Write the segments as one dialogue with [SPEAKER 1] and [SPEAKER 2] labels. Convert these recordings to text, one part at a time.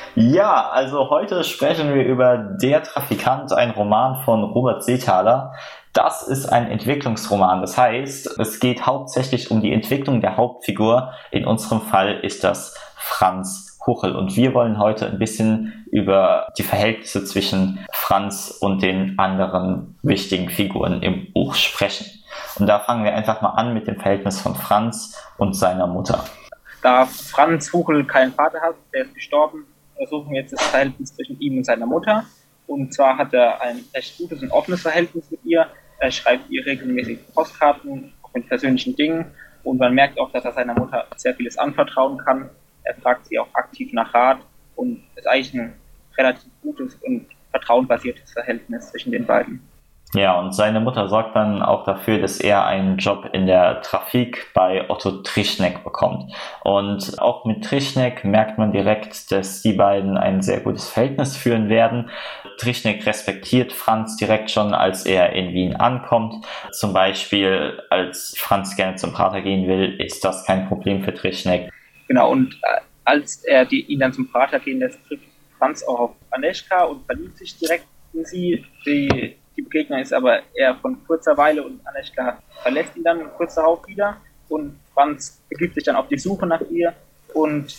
[SPEAKER 1] Ja, also heute sprechen wir über Der Trafikant, ein Roman von Robert Seethaler. Das ist ein Entwicklungsroman, das heißt, es geht hauptsächlich um die Entwicklung der Hauptfigur. In unserem Fall ist das Franz Huchel und wir wollen heute ein bisschen über die Verhältnisse zwischen Franz und den anderen wichtigen Figuren im Buch sprechen. Und da fangen wir einfach mal an mit dem Verhältnis von Franz und seiner Mutter.
[SPEAKER 2] Da Franz Huchel keinen Vater hat, der ist gestorben, versuchen wir jetzt das Verhältnis zwischen ihm und seiner Mutter. Und zwar hat er ein recht gutes und offenes Verhältnis mit ihr. Er schreibt ihr regelmäßig Postkarten mit persönlichen Dingen. Und man merkt auch, dass er seiner Mutter sehr vieles anvertrauen kann. Er fragt sie auch aktiv nach Rat. Und es ist eigentlich ein relativ gutes und vertrauensbasiertes Verhältnis zwischen den beiden.
[SPEAKER 1] Ja, und seine Mutter sorgt dann auch dafür, dass er einen Job in der Trafik bei Otto Trischneck bekommt. Und auch mit Trischneck merkt man direkt, dass die beiden ein sehr gutes Verhältnis führen werden. Trischneck respektiert Franz direkt schon, als er in Wien ankommt. Zum Beispiel, als Franz gerne zum Prater gehen will, ist das kein Problem für Trischneck.
[SPEAKER 2] Genau, und als er ihn dann zum Prater gehen lässt, trifft Franz auch auf Aneschka und verliebt sich direkt in sie. Die Begegnung ist aber eher von kurzer Weile und Aneschka verlässt ihn dann kurz darauf wieder und Franz begibt sich dann auf die Suche nach ihr und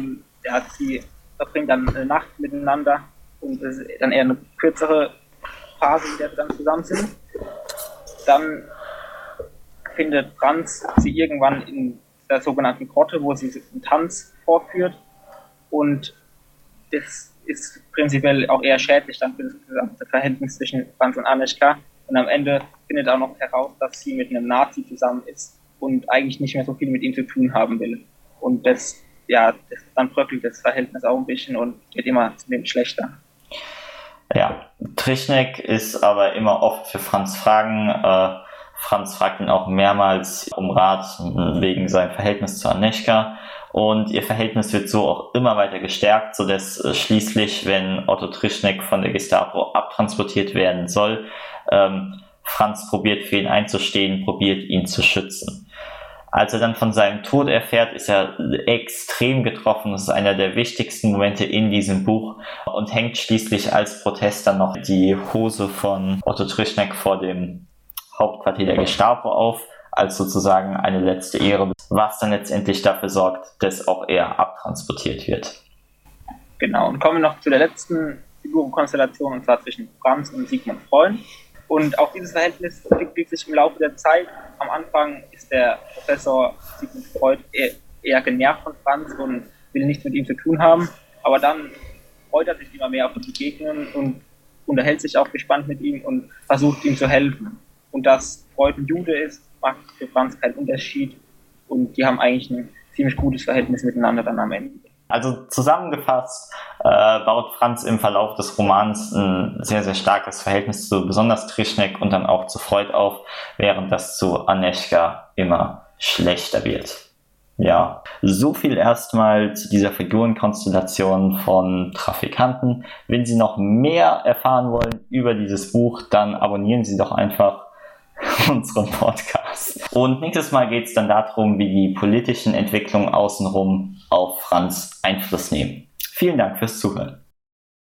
[SPEAKER 2] sie verbringen dann eine Nacht miteinander und es ist dann eher eine kürzere Phase, in der sie dann zusammen sind. Dann findet Franz sie irgendwann in der sogenannten Grotte, wo sie einen Tanz vorführt und das ist prinzipiell auch eher schädlich dann für das gesamte Verhältnis zwischen Franz und Aneschka. Und am Ende findet auch noch heraus, dass sie mit einem Nazi zusammen ist und eigentlich nicht mehr so viel mit ihm zu tun haben will. Und dann bröckelt das Verhältnis auch ein bisschen und wird immer zunehmend schlechter.
[SPEAKER 1] Ja, Trischneck ist aber immer offen für Franz Fragen. Franz fragt ihn auch mehrmals um Rat wegen seinem Verhältnis zu Aneschka. Und ihr Verhältnis wird so auch immer weiter gestärkt, sodass schließlich, wenn Otto Trischneck von der Gestapo abtransportiert werden soll, Franz probiert für ihn einzustehen, probiert ihn zu schützen. Als er dann von seinem Tod erfährt, ist er extrem getroffen. Das ist einer der wichtigsten Momente in diesem Buch und hängt schließlich als Protest dann noch die Hose von Otto Trischneck vor dem Hauptquartier der Gestapo auf, als sozusagen eine letzte Ehre, was dann letztendlich dafür sorgt, dass auch er abtransportiert wird.
[SPEAKER 2] Genau, und kommen wir noch zu der letzten Figurenkonstellation, und zwar zwischen Franz und Sigmund Freud. Und auch dieses Verhältnis entwickelt sich im Laufe der Zeit. Am Anfang ist der Professor Sigmund Freud eher genervt von Franz und will nichts mit ihm zu tun haben. Aber dann freut er sich immer mehr auf die Begegnungen und unterhält sich auch gespannt mit ihm und versucht ihm zu helfen. Und dass Freud ein Jude ist, macht für Franz keinen Unterschied und die haben eigentlich ein ziemlich gutes Verhältnis miteinander dann am Ende.
[SPEAKER 1] Also zusammengefasst baut Franz im Verlauf des Romans ein sehr, sehr starkes Verhältnis zu besonders Trischneck und dann auch zu Freud auf, während das zu Aneschka immer schlechter wird. Ja, so viel erstmal zu dieser Figurenkonstellation von Trafikanten. Wenn Sie noch mehr erfahren wollen über dieses Buch, dann abonnieren Sie doch einfach unseren Podcast. Und nächstes Mal geht es dann darum, wie die politischen Entwicklungen außenrum auf Franz Einfluss nehmen. Vielen Dank fürs Zuhören.